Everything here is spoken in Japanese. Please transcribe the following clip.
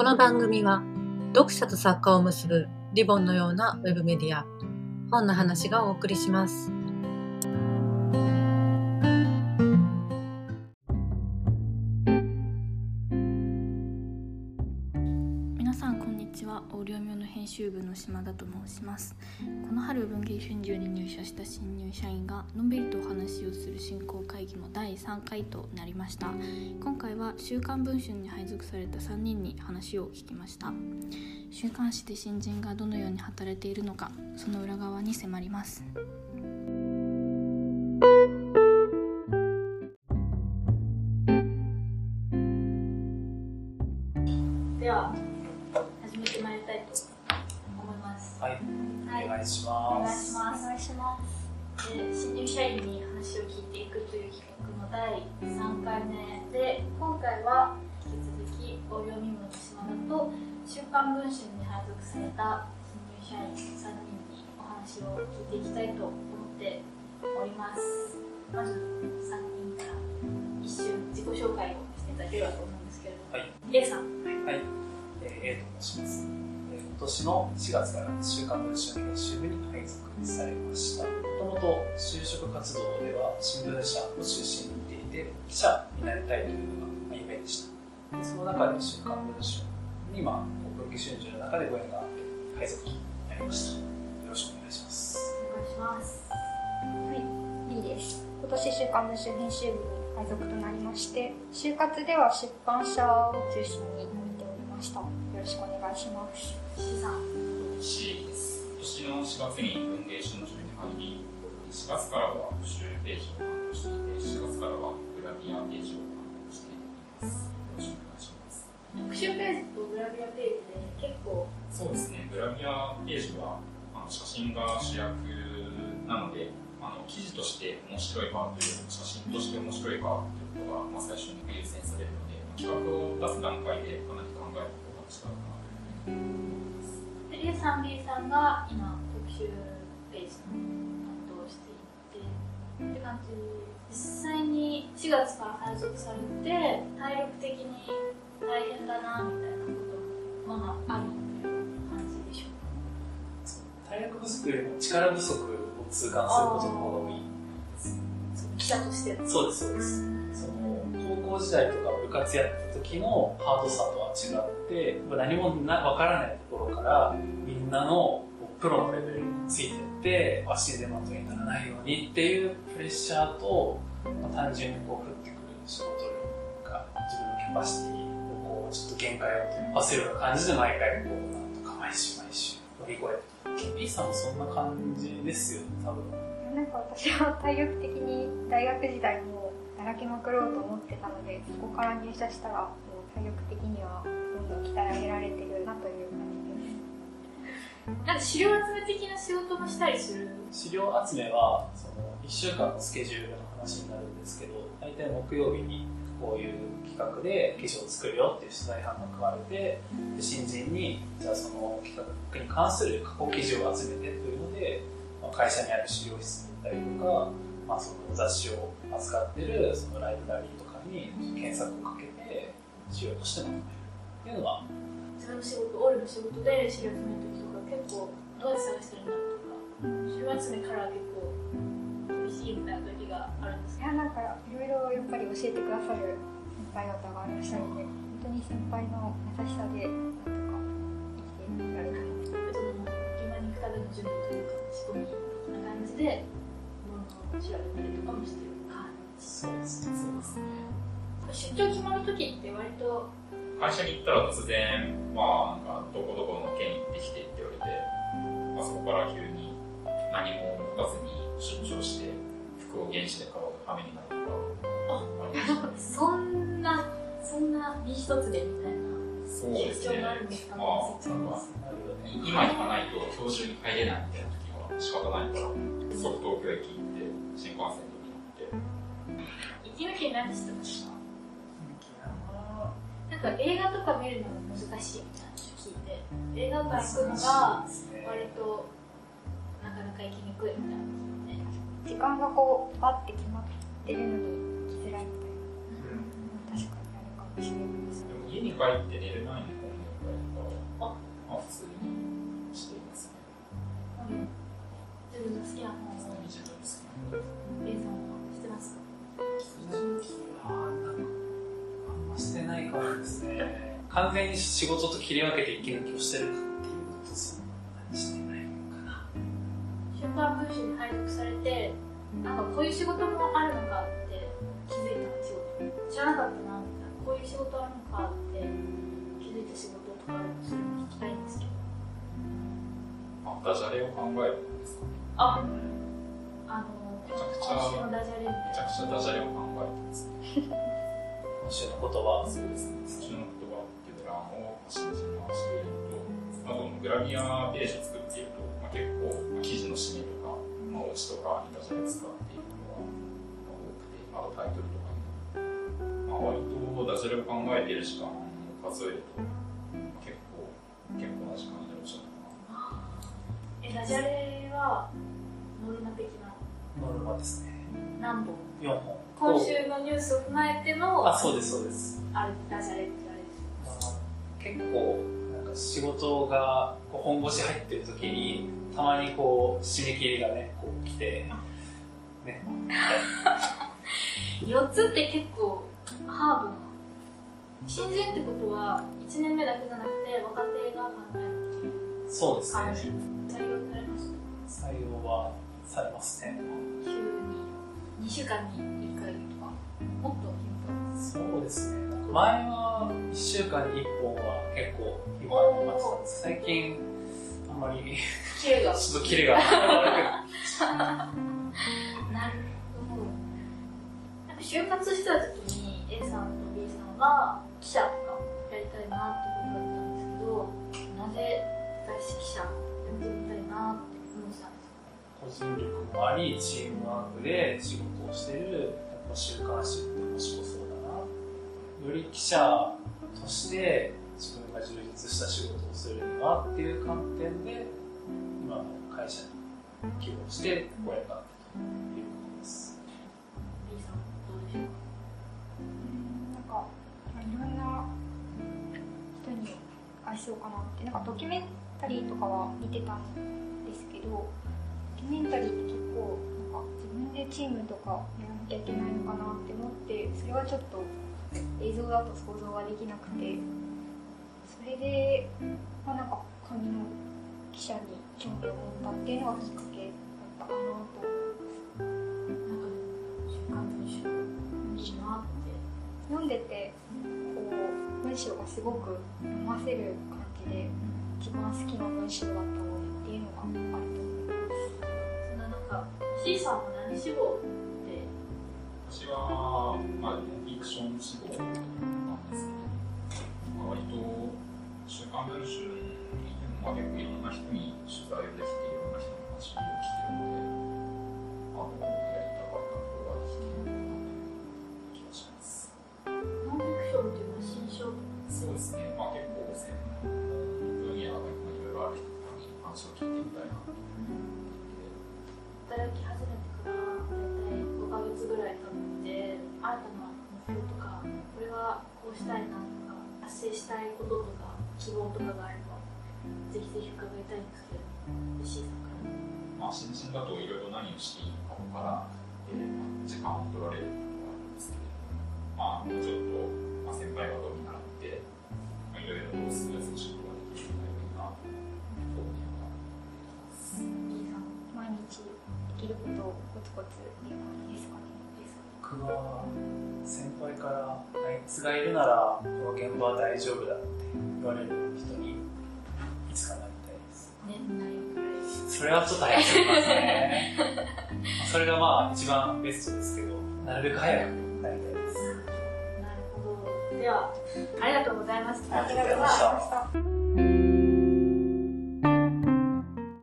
の番組は読者と作家を結ぶリボンのようなウェブメディア、本の話がお送りします。 皆さんこんにちは。オーディオミョの編集部の島田と申します。この春文藝春秋に入社した新入社員がのんびりとお話をする進行会議の第3回となりました。今回は週刊文春に配属された3人に話を聞きました。週刊誌で新人がどのように働いているのか、その裏側に迫ります。では始めてまいりたいと思います。 はい、お願いします。 新入社員に話を聞いていくという企画の第3回目で、今回は引き続きオーディオミムの島田と週刊文春に配属された新入社員3人にお話を聞いていきたいと思っております。まず3人から一瞬自己紹介をしていただければと思うんですけれども、はい、A さん。 はい、A と申します。今年の4月から週刊文春編集部に配属されました。もともと就職活動では新聞社を中心に見ていて、記者になりたいというのが夢でした。でその中で週刊文春に文藝春秋の中でご縁があって配属となりました。よろしくお願いします。 お願いします。 はい、B です。今年週刊文春編集部に配属となりまして、就活では出版社を中心に見ておりました。よろしくお願いします。 C さん。 C です。今年の4月に文藝春秋に入り、4月からは復習ページを担当していて、4月からはグラビアページを担当しています。よろしくお願いします。 特集ページとグラビアページで結構。 そうですね、グラビアページは写真が主役なので、記事として面白いかというよりも写真として面白いかということが、最初に優先されるので、企画を出す段階でかなり考えることが違うかなというふうに思います。 で A さん B さんが今特集ページの担当をしていてって感じ。実際に4月から配属されて体力的に大変だなみたいなこともあるという感じでしょうか。 体力不足よりも力不足を痛感することの方が多いです。 記者として。 そうです。高校時代とか部活やった時のハードさとは違って、何もわからないところからみんなのプロのレベルについていって足手まといにならないようにっていうプレッシャーと、単純に降ってくる仕事量が自分のキャパシティをちょっと限界を突破するような感じで毎回なんとか毎週乗り越えて。B さんもそんな感じですよね、多分。 なんか私は体力的に大学時代も働きまくろうと思ってたので、そこから入社したら体力的にはどんどん鍛え上げられてるなという感じです。 なんか資料集め的な仕事もしたりする？ 資料集めは1週間のスケジュールの話になるんですけど、大体木曜日にこういう企画で記事を作るよっていう取材班が組まれて、新人にじゃあその企画に関する過去記事を集めてというので、会社にある資料室に行ったりとか、その雑誌を扱っているそのライブラリーとかに検索をかけて資料としてまとめるっていうのは、 自分の仕事、オールの仕事で資料集めるときとか結構どうやって探してるんだとか、資料集めから結構厳しいみたいな時があるんですか？ なんかいろいろやっぱり教えてくださる先輩方がいらっしゃるので、本当に先輩の優しさでなんとか生きていられてます。 現場に行くための準備というか仕込み的な感じで物を調べたりとかもしてる感じ。 そうですね。 出張決まるときって割と会社に行ったら突然、なんかどこどこの県行ってきてって言われて、そこから急に何も持たずに出張して服を現地で買う羽目になるとかありました。 そんな身一つでみたいな出張があるんですかね。 今行かないと今日中に帰れないみたいな時は仕方ないから、即東京駅行って新幹線に乗って。 息抜きに何してました？なんか映画とか見るのも難しいみたいな話を聞いて、映画館行くのが割となかなか行きにくいみたいなのね。 時間がバッて決まってるのに行きづらいみたいな、確かにあるかもしれないです。 でも家に帰って寝る前に本を読分の好きな本を自分ですね。 レイさんはしてますか？ あんましてないかもですね。完全に仕事と切り分けて息抜きをしてるかっていうとそんなにしてないのかな。 週刊文春に配属されて、なんかこういう仕事もあるのかって気づいた仕事、知らなかったなみたいな、こういう仕事あるのかって気づいた仕事とかあるとそれも聞きたいんですけど。 ダジャレを考えるんですかね。 めちゃくちゃ今週のダジャレみたいな。 めちゃくちゃダジャレを考えてますね。 今週の言葉。 そうですね。今週の言葉っていう欄を新人回していると、あとグラビアページを作っていると、結構、記事の締めとか、オチとかにダジャレ使っているのが多くて、あとタイトルとかに。割とダジャレを考えている時間を数えると、結構な時間になるんじゃないかな。 ダジャレはノルマ的なノルマですね。 何本 4本。 今週のニュースを踏まえてのそうですそうです。 あれダジャレってあれです。 結構なんか仕事が本腰入ってる時にたまにこう締め切りがねこう来てね。 4つって結構ハードな。新人ってことは1年目だけじゃなくて若手が考える。 そうですね。 採用されました。 採用はされますね。 週に2週間に1回とかもっと頻そうですね。前は1週間に1本は結構頻繁に待ってたんです。最近あんまりキレがちょっとキレが悪くなるほど。なんか就活してた時に A さんと B さんは記者とかやりたいなってことだったんですけど、なぜ私記者やってみたいなって思ってたんですか？ 個人力もあり、チームワークで仕事をしてる週刊誌って面白そうだな。より記者として自分が充実した仕事をするにはっていう観点で今の会社に希望してご縁があったということです。 B さんどうでしょうか？ なんかいろんな人に愛そうかなって、なんかドキュメンタリーとかは見てたんですけど、ドキュメンタリーって結構なんか自分でチームとかやらなきゃいけないのかなって思って、それはちょっと映像だと想像ができなくて、それで、なんか紙の記者に興味を持ったっていうのがきっかけだったかなと思います。 なんか週刊文春いいなって読んでてこう文章がすごく読ませる感じで一番好きな文章だったのでっていうのがあると思います。 そんな中 C さんは何志望って私は、ノンフィクション志望なんですけど、割と週刊文春にいても、結構いろんな人に取材をできて、いろんな人の話を聞けるので、やりたかったことができているのかなという気がします。 ノンフィクションっていうのは新書とかそうですね、結構専門分野がいろいろある人に話を聞いてみたいなと思って働き始めてから大体5ヶ月ぐらい経って新たな目標とかこれはこうしたいなとか達成したいこととか希望とかがあればぜひぜひ伺いたいんですけど、石井さんから。 新人だといろいろ何をしていいのかわからなくて、時間を取られることがあるんですけれども、もうちょっと、先輩方を見習って、いろいろとスムーズに仕事ができるようになると思います。 毎日できることをコツコツっていう感じですかね。 僕は先輩からあいつがいるならこの現場は大丈夫だって言われる人にいつかなりたいです。 年内くらい。 それはちょっと早すぎますね。それが一番ベストですけど、なるべく早くなりたいです。 なるほど。ではありがとうございました。 ありがとうございました。